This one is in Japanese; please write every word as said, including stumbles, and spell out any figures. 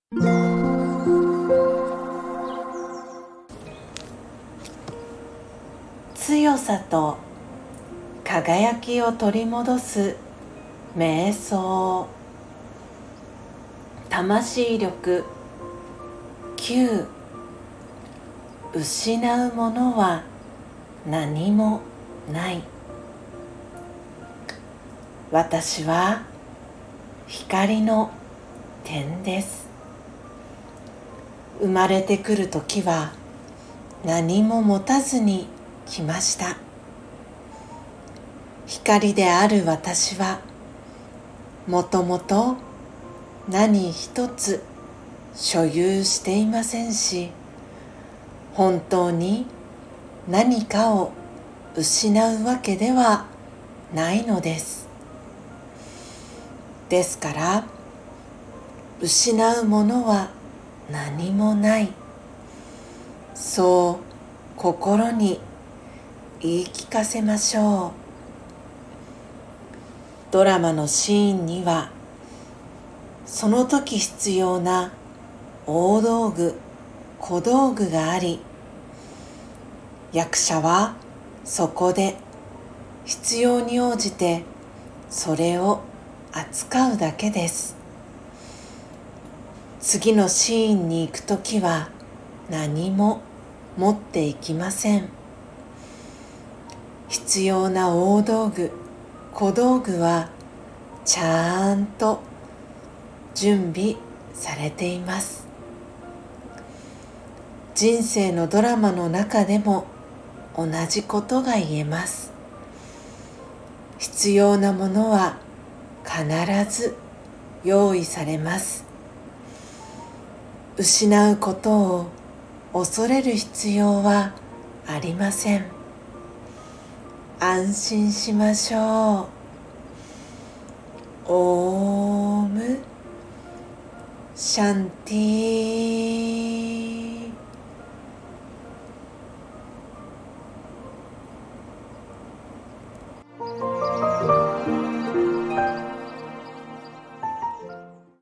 強さと輝きを取り戻す瞑想。魂力きゅう。失うものは何もない。私は光の点です。生まれてくるときは何も持たずに来ました。光である私はもともと何一つ所有していませんし、本当に何かを失うわけではないのです。ですから失うものは何もない、そう心に言い聞かせましょう。ドラマのシーンにはその時必要な大道具、小道具があり、役者はそこで必要に応じてそれを扱うだけです。次のシーンに行くときは何も持っていきません。必要な大道具、小道具はちゃんと準備されています。人生のドラマの中でも同じことが言えます。必要なものは必ず用意されます。失うことを恐れる必要はありません。安心しましょう。オームシャンティー。